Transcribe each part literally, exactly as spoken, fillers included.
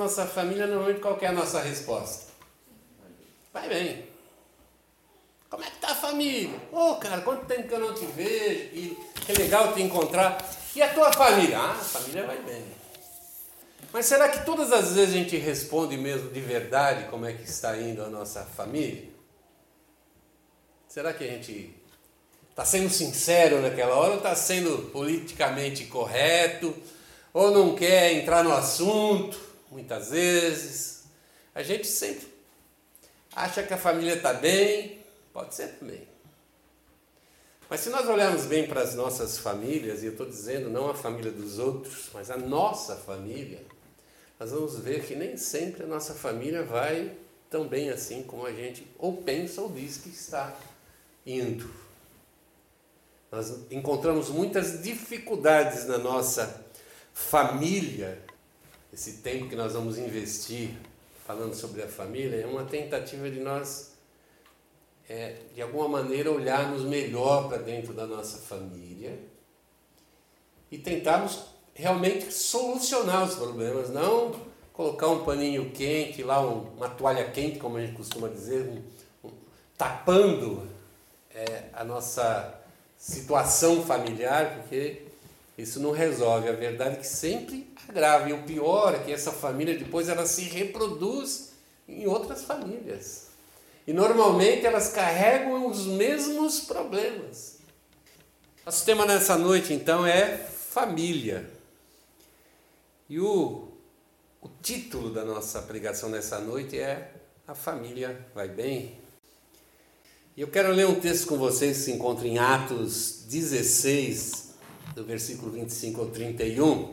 nossa família, normalmente qual que é a nossa resposta? Vai bem. Como é que tá a família? Ô, oh, cara, quanto tempo que eu não te vejo, que, que legal te encontrar. E a tua família? Ah, a família vai bem. Mas será que todas as vezes a gente responde mesmo de verdade como é que está indo a nossa família? Será que a gente está sendo sincero naquela hora ou está sendo politicamente correto? Ou não quer entrar no assunto? Muitas vezes. A gente sempre acha que a família está bem, pode ser também. Mas se nós olharmos bem para as nossas famílias, e eu estou dizendo não a família dos outros, mas a nossa família, nós vamos ver que nem sempre a nossa família vai tão bem assim como a gente ou pensa ou diz que está indo. Nós encontramos muitas dificuldades na nossa família. Esse tempo que nós vamos investir falando sobre a família é uma tentativa de nós, é, de alguma maneira, olharmos melhor para dentro da nossa família e tentarmos realmente solucionar os problemas, não colocar um paninho quente, lá um, uma toalha quente, como a gente costuma dizer, um, um, tapando é, a nossa situação familiar, porque isso não resolve. A verdade é que sempre agrava. E o pior é que essa família depois ela se reproduz em outras famílias. E normalmente elas carregam os mesmos problemas. Nosso tema nessa noite então é família. E o, o título da nossa pregação nessa noite é A Família Vai Bem? E eu quero ler um texto com vocês que se encontra em Atos dezesseis, do versículo vinte e cinco ao trinta e um,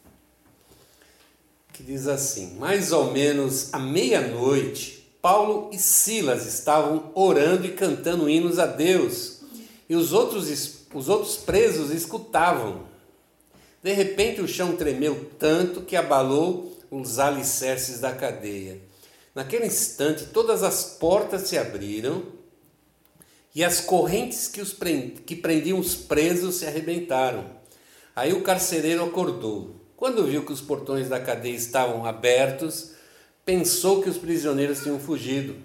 que diz assim: mais ou menos à meia-noite, Paulo e Silas estavam orando e cantando hinos a Deus, e os outros, os outros presos escutavam. De repente o chão tremeu tanto que abalou os alicerces da cadeia. Naquele instante todas as portas se abriram e as correntes que, os prend... que prendiam os presos se arrebentaram. Aí o carcereiro acordou. Quando viu que os portões da cadeia estavam abertos, pensou que os prisioneiros tinham fugido.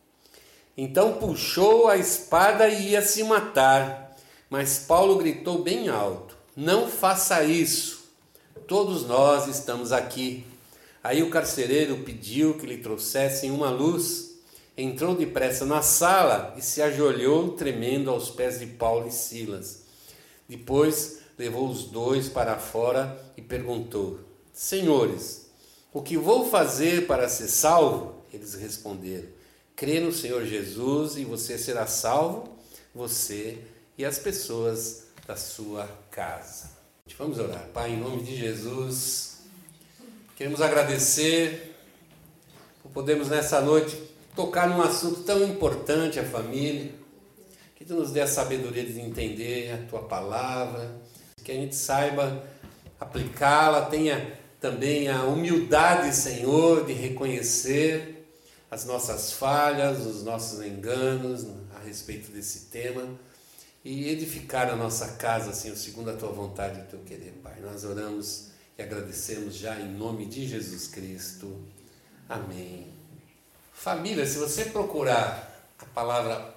Então puxou a espada e ia se matar. Mas Paulo gritou bem alto: não faça isso, todos nós estamos aqui. Aí o carcereiro pediu que lhe trouxessem uma luz. Entrou depressa na sala e se ajoelhou tremendo aos pés de Paulo e Silas. Depois levou os dois para fora e perguntou: senhores, o que vou fazer para ser salvo? Eles responderam: crê no Senhor Jesus e você será salvo, você e as pessoas da sua casa. Vamos orar. Pai, em nome de Jesus, queremos agradecer por podermos nessa noite tocar num assunto tão importante, a família, que Tu nos dê a sabedoria de entender a Tua palavra, que a gente saiba aplicá-la, tenha também a humildade, Senhor, de reconhecer as nossas falhas, os nossos enganos a respeito desse tema e edificar a nossa casa, Senhor, segundo a Tua vontade e o Teu querer, Pai. Nós oramos e agradecemos já em nome de Jesus Cristo. Amém. Família, se você procurar a palavra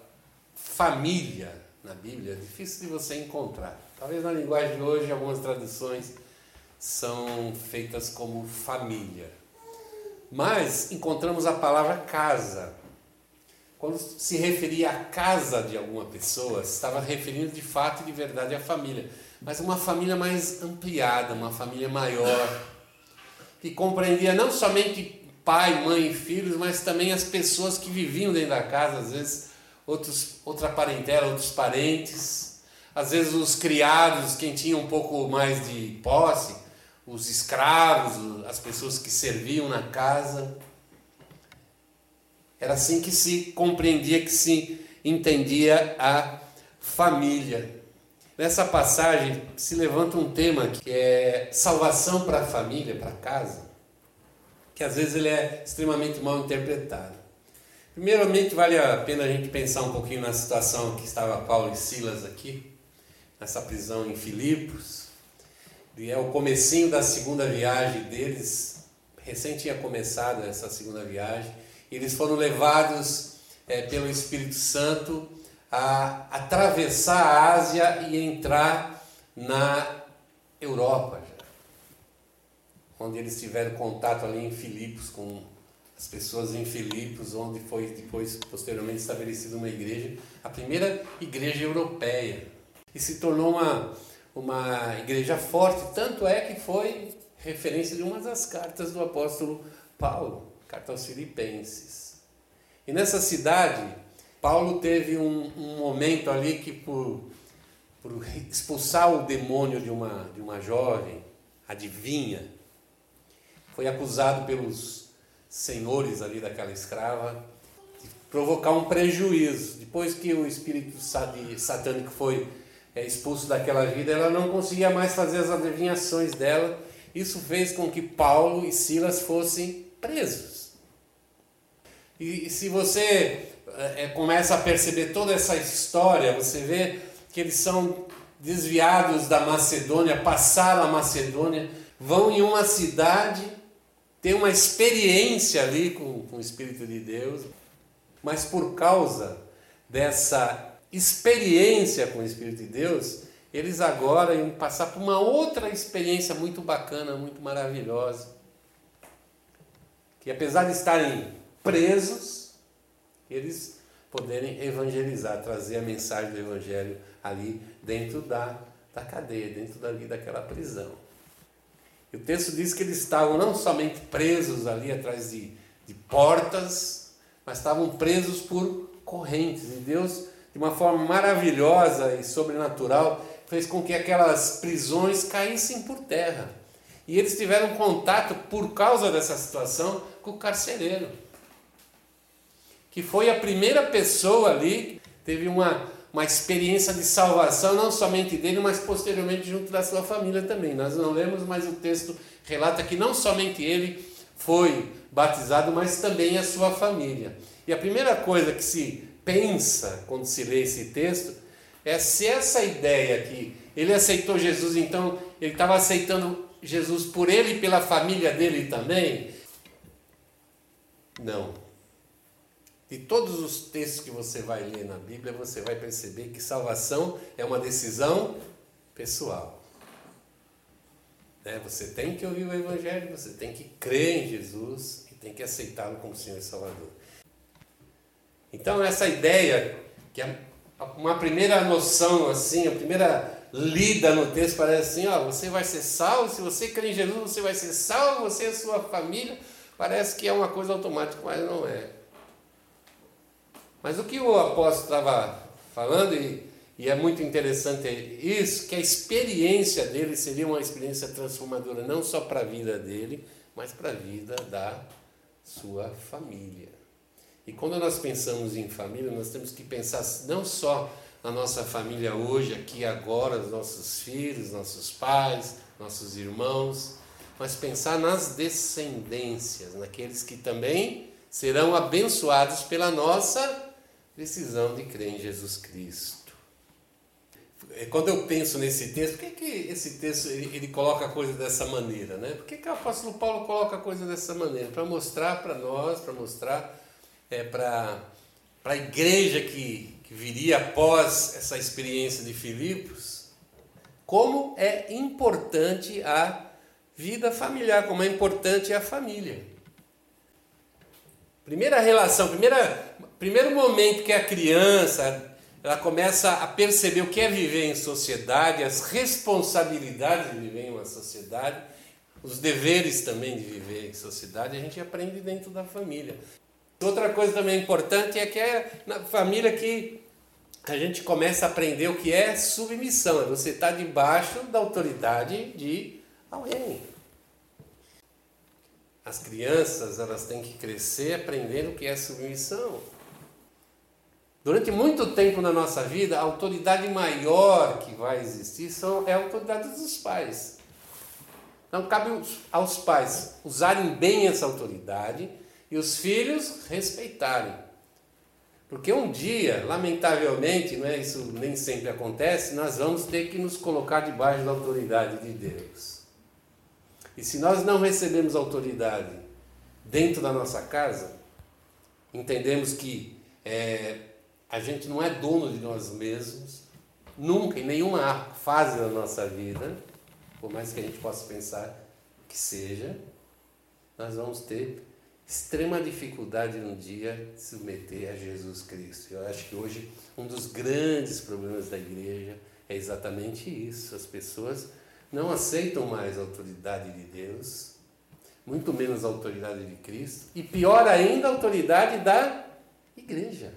família na Bíblia, é difícil de você encontrar. Talvez na linguagem de hoje algumas traduções são feitas como família. Mas encontramos a palavra casa. Quando se referia à casa de alguma pessoa, se estava referindo de fato e de verdade à família. Mas uma família mais ampliada, uma família maior, que compreendia não somente pai, mãe e filhos, mas também as pessoas que viviam dentro da casa, às vezes outros, outra parentela, outros parentes, às vezes os criados, quem tinha um pouco mais de posse, os escravos, as pessoas que serviam na casa. Era assim que se compreendia, que se entendia a família. Nessa passagem se levanta um tema que é salvação para a família, para casa, que às vezes ele é extremamente mal interpretado. Primeiramente, vale a pena a gente pensar um pouquinho na situação que estava Paulo e Silas aqui, nessa prisão em Filipos. E é o comecinho da segunda viagem deles, recém tinha começado essa segunda viagem, e eles foram levados é, pelo Espírito Santo a atravessar a Ásia e entrar na Europa, já, onde eles tiveram contato ali em Filipos com as pessoas em Filipos, onde foi depois, posteriormente, estabelecida uma igreja, a primeira igreja europeia, e se tornou uma, uma igreja forte, tanto é que foi referência de uma das cartas do apóstolo Paulo, carta aos Filipenses. E nessa cidade, Paulo teve um, um momento ali que por, por expulsar o demônio de uma, de uma jovem, adivinha, foi acusado pelos senhores ali daquela escrava de provocar um prejuízo. Depois que o espírito satânico foi é, expulso daquela vida, ela não conseguia mais fazer as adivinhações dela. Isso fez com que Paulo e Silas fossem presos. E, e se você é, começa a perceber toda essa história, você vê que eles são desviados da Macedônia, passaram a Macedônia, vão em uma cidade, tem uma experiência ali com, com o Espírito de Deus, mas por causa dessa experiência com o Espírito de Deus, eles agora iam passar por uma outra experiência muito bacana, muito maravilhosa, que apesar de estarem presos, eles poderem evangelizar, trazer a mensagem do Evangelho ali dentro da, da cadeia, dentro dali daquela prisão. E o texto diz que eles estavam não somente presos ali atrás de, de portas, mas estavam presos por correntes. E Deus, de uma forma maravilhosa e sobrenatural, fez com que aquelas prisões caíssem por terra. E eles tiveram contato, por causa dessa situação, com o carcereiro, que foi a primeira pessoa ali, teve uma, uma experiência de salvação, não somente dele, mas posteriormente junto da sua família também. Nós não lemos, mas o texto relata que não somente ele foi batizado, mas também a sua família. E a primeira coisa que se pensa quando se lê esse texto é se essa ideia que ele aceitou Jesus, então ele estava aceitando Jesus por ele e pela família dele também? Não. De todos os textos que você vai ler na Bíblia, você vai perceber que salvação é uma decisão pessoal. Né? Você tem que ouvir o Evangelho, você tem que crer em Jesus e tem que aceitá-lo como Senhor e Salvador. Então essa ideia, que é uma primeira noção, assim, a primeira lida no texto parece assim, ó, você vai ser salvo, se você crer em Jesus, você vai ser salvo, você e a sua família, parece que é uma coisa automática, mas não é. Mas o que o apóstolo estava falando, e, e é muito interessante isso, que a experiência dele seria uma experiência transformadora, não só para a vida dele, mas para a vida da sua família. E quando nós pensamos em família, nós temos que pensar não só na nossa família hoje, aqui agora, os nossos filhos, nossos pais, nossos irmãos, mas pensar nas descendências, naqueles que também serão abençoados pela nossa decisão de crer em Jesus Cristo. Quando eu penso nesse texto, por que, que esse texto ele, ele coloca a coisa dessa maneira? Né? Por que, que o apóstolo Paulo coloca a coisa dessa maneira? Para mostrar para nós, para mostrar é, para a igreja que, que viria após essa experiência de Filipos, como é importante a vida familiar, como é importante a família. Primeira relação, primeira, primeiro momento que a criança ela começa a perceber o que é viver em sociedade, as responsabilidades de viver em uma sociedade, os deveres também de viver em sociedade, a gente aprende dentro da família. Outra coisa também importante é que é na família que a gente começa a aprender o que é submissão, é você estar debaixo da autoridade de alguém. As crianças, elas têm que crescer aprendendo o que é submissão. Durante muito tempo na nossa vida, a autoridade maior que vai existir são, é a autoridade dos pais. Então, cabe aos pais usarem bem essa autoridade e os filhos respeitarem. Porque um dia, lamentavelmente, não é, isso nem sempre acontece, nós vamos ter que nos colocar debaixo da autoridade de Deus. E se nós não recebemos autoridade dentro da nossa casa, entendemos que é, a gente não é dono de nós mesmos, nunca, em nenhuma fase da nossa vida, por mais que a gente possa pensar que seja, nós vamos ter extrema dificuldade um dia de se submeter a Jesus Cristo. Eu acho que hoje um dos grandes problemas da igreja é exatamente isso. As pessoas não aceitam mais a autoridade de Deus, muito menos a autoridade de Cristo, e pior ainda, a autoridade da igreja.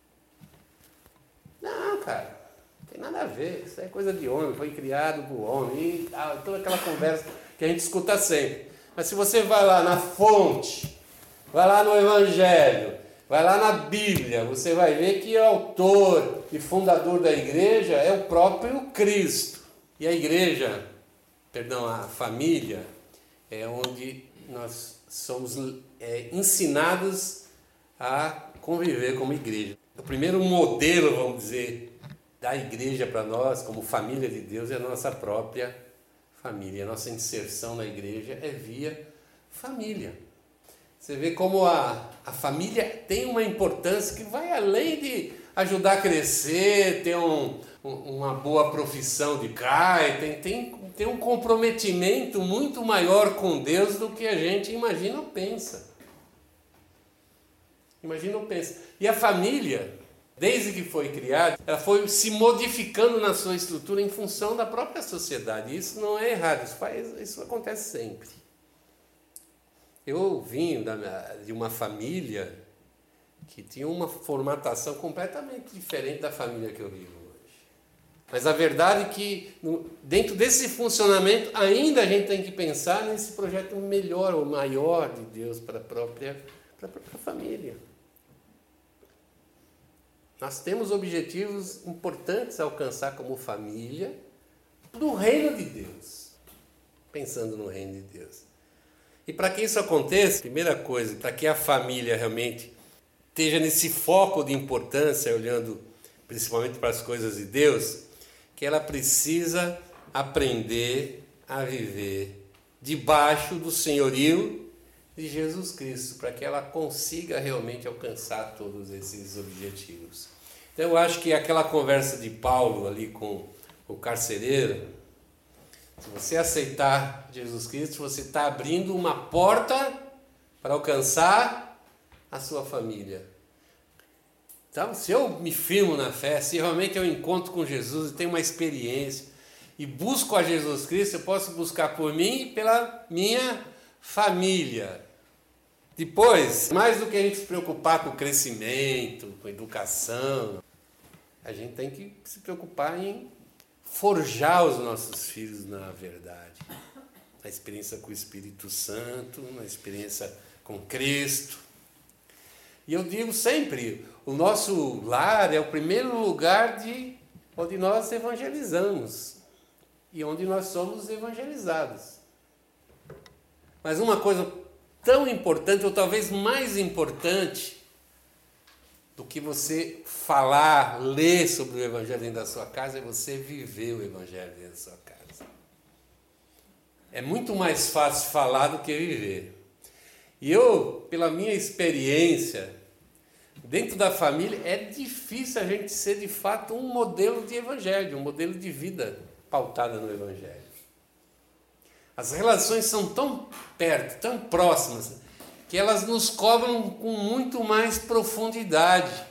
Não, cara, não tem nada a ver, isso é coisa de homem, foi criado por homem, e tal, toda aquela conversa que a gente escuta sempre. Mas se você vai lá na fonte, vai lá no Evangelho, vai lá na Bíblia, você vai ver que o autor e fundador da igreja é o próprio Cristo. E a igreja, perdão, a família, é onde nós somos é, ensinados a conviver como igreja. O primeiro modelo, vamos dizer, da igreja para nós, como família de Deus, é a nossa própria família. A nossa inserção na igreja é via família. Você vê como a, a família tem uma importância que vai além de ajudar a crescer, ter um, um, uma boa profissão de pai, tem, tem, tem um comprometimento muito maior com Deus do que a gente imagina ou pensa. Imagina ou pensa. E a família, desde que foi criada, ela foi se modificando na sua estrutura em função da própria sociedade. Isso não é errado, isso, faz, isso acontece sempre. Eu vim da, de uma família que tinha uma formatação completamente diferente da família que eu vivo hoje. Mas a verdade é que, dentro desse funcionamento, ainda a gente tem que pensar nesse projeto melhor ou maior de Deus para a própria, para a própria família. Nós temos objetivos importantes a alcançar como família do reino de Deus, pensando no reino de Deus. E para que isso aconteça, a primeira coisa, para que a família realmente esteja nesse foco de importância, olhando principalmente para as coisas de Deus, que ela precisa aprender a viver debaixo do senhorio de Jesus Cristo, para que ela consiga realmente alcançar todos esses objetivos. Então eu acho que aquela conversa de Paulo ali com o carcereiro, se você aceitar Jesus Cristo, você está abrindo uma porta para alcançar a sua família. Então, se eu me firmo na fé, se realmente eu encontro com Jesus e tenho uma experiência e busco a Jesus Cristo, eu posso buscar por mim e pela minha família. Depois, mais do que a gente se preocupar com o crescimento, com a educação, a gente tem que se preocupar em forjar os nossos filhos na verdade, na experiência com o Espírito Santo, na experiência com Cristo. E eu digo sempre, o nosso lar é o primeiro lugar de onde nós evangelizamos e onde nós somos evangelizados. Mas uma coisa tão importante, ou talvez mais importante, do que você falar, ler sobre o Evangelho dentro da sua casa, é você viver o Evangelho dentro da sua casa. É muito mais fácil falar do que viver. E eu, pela minha experiência, dentro da família, é difícil a gente ser de fato um modelo de Evangelho, um modelo de vida pautada no Evangelho. As relações são tão perto, tão próximas, que elas nos cobram com muito mais profundidade.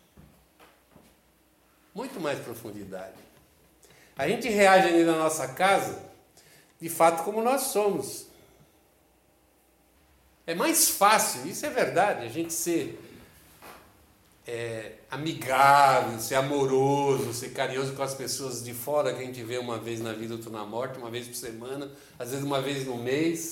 Muito mais profundidade. A gente reage ali na nossa casa, de fato, como nós somos. É mais fácil, isso é verdade, a gente ser é, amigável, ser amoroso, ser carinhoso com as pessoas de fora, que a gente vê uma vez na vida, outra na morte, uma vez por semana, às vezes uma vez no mês,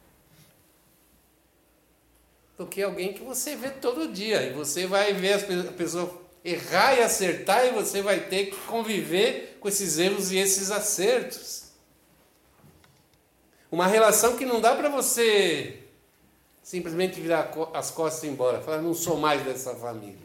do que alguém que você vê todo dia. E você vai ver a pessoa errar e acertar, e você vai ter que conviver com esses erros e esses acertos. Uma relação que não dá para você simplesmente virar as costas e ir embora, falar, não sou mais dessa família.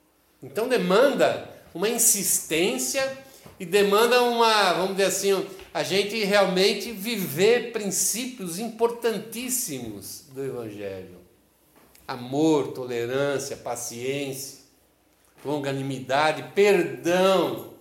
Então demanda uma insistência e demanda uma, vamos dizer assim, a gente realmente viver princípios importantíssimos do Evangelho. Amor, tolerância, paciência, longanimidade, perdão.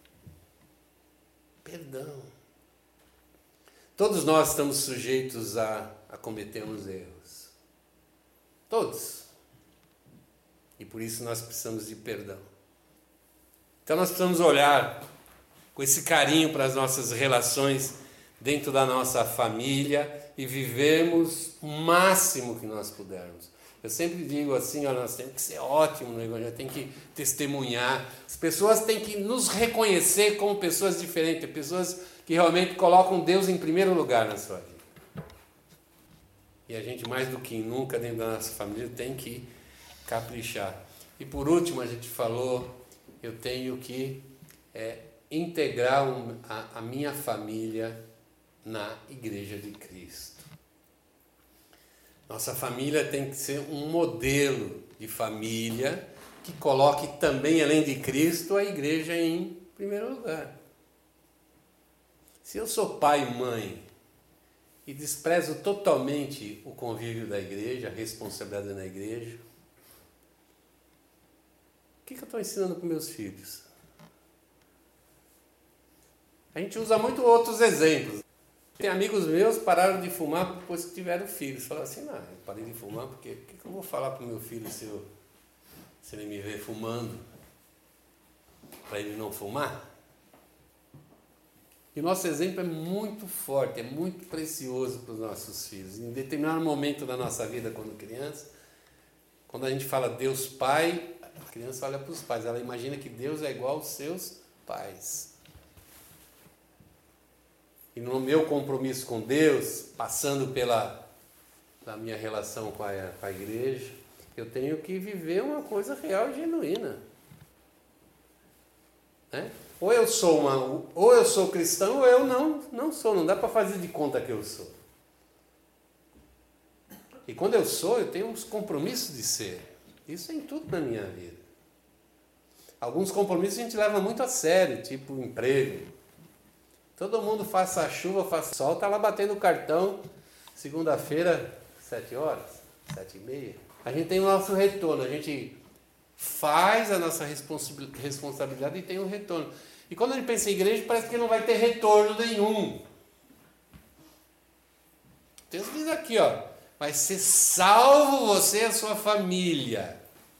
Perdão. Todos nós estamos sujeitos a, a cometermos erros. Todos. E por isso nós precisamos de perdão. Então nós precisamos olhar com esse carinho para as nossas relações dentro da nossa família e vivermos o máximo que nós pudermos. Eu sempre digo assim, ó, nós temos que ser ótimos no Evangelho, tem que testemunhar. As pessoas têm que nos reconhecer como pessoas diferentes, pessoas que realmente colocam Deus em primeiro lugar na sua vida. E a gente, mais do que nunca, dentro da nossa família, tem que caprichar. E por último, a gente falou, eu tenho que é, integrar um, a, a minha família na Igreja de Cristo. Nossa família tem que ser um modelo de família que coloque também, além de Cristo, a igreja em primeiro lugar. Se eu sou pai e mãe e desprezo totalmente o convívio da igreja, a responsabilidade na igreja, o que, que eu estou ensinando para os meus filhos? A gente usa muito outros exemplos. Tem amigos meus que pararam de fumar depois que tiveram filhos. Falaram assim, não, eu parei de fumar porque o que, que eu vou falar para o meu filho se, eu, se ele me ver fumando? Para ele não fumar? E o nosso exemplo é muito forte, é muito precioso para os nossos filhos. Em determinado momento da nossa vida, quando criança, quando a gente fala Deus Pai, a criança olha para os pais, ela imagina que Deus é igual aos seus pais. E no meu compromisso com Deus, passando pela, pela minha relação com a, com a igreja, eu tenho que viver uma coisa real e genuína. Né? Ou eu sou uma, ou eu sou cristão, ou eu não, não sou. Não dá para fazer de conta que eu sou. E quando eu sou, eu tenho uns compromissos de ser. Isso é em tudo na minha vida. Alguns compromissos a gente leva muito a sério, tipo emprego. Todo mundo faça chuva, faça sol, está lá batendo o cartão, segunda-feira, sete horas, sete e meia. A gente tem o nosso retorno, a gente faz a nossa responsabilidade e tem um retorno. E quando a gente pensa em igreja, parece que não vai ter retorno nenhum. Deus diz aqui, ó, vai ser salvo você e a sua família.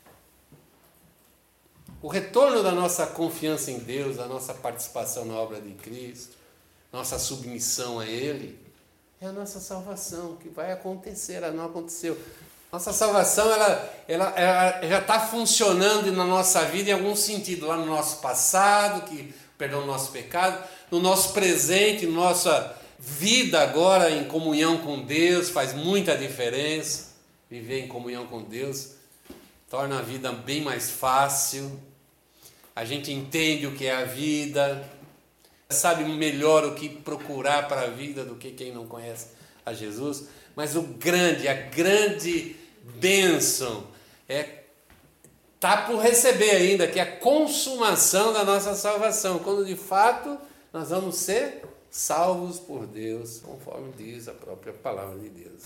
O retorno da nossa confiança em Deus, da nossa participação na obra de Cristo, nossa submissão a Ele, é a nossa salvação, que vai acontecer, ela não aconteceu. Nossa salvação, ela, ela, ela já está funcionando na nossa vida em algum sentido, lá no nosso passado, que perdão do nosso pecado, no nosso presente, na nossa vida agora em comunhão com Deus, faz muita diferença. Viver em comunhão com Deus torna a vida bem mais fácil. A gente entende o que é a vida, sabe melhor o que procurar para a vida do que quem não conhece a Jesus. Mas o grande, a grande bênção é tá por receber ainda, que é a consumação da nossa salvação, quando de fato nós vamos ser salvos por Deus, conforme diz a própria palavra de Deus.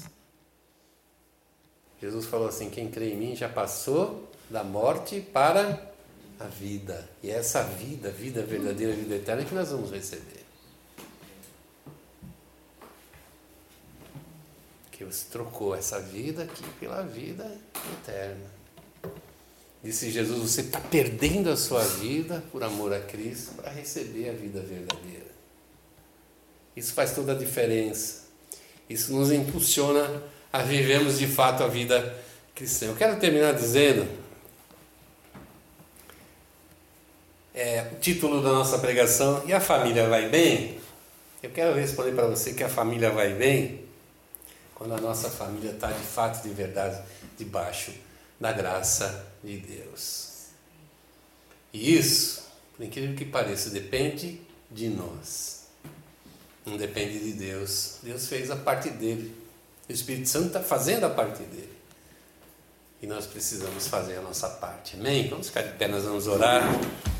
Jesus falou assim, quem crê em mim já passou da morte para a vida. E é essa vida, vida verdadeira, vida eterna que nós vamos receber. Que você trocou essa vida aqui pela vida eterna. Disse Jesus, você está perdendo a sua vida por amor a Cristo para receber a vida verdadeira. Isso faz toda a diferença. Isso nos impulsiona a vivermos de fato a vida cristã. Eu quero terminar dizendo, é, o título da nossa pregação, e a família vai bem? Eu quero responder para você que a família vai bem quando a nossa família está de fato, de verdade, debaixo da graça de Deus. E isso, por incrível que pareça, depende de nós. Não depende de Deus. Deus fez a parte dele. O Espírito Santo está fazendo a parte dele. E nós precisamos fazer a nossa parte. Amém? Vamos ficar de pé, nós vamos orar.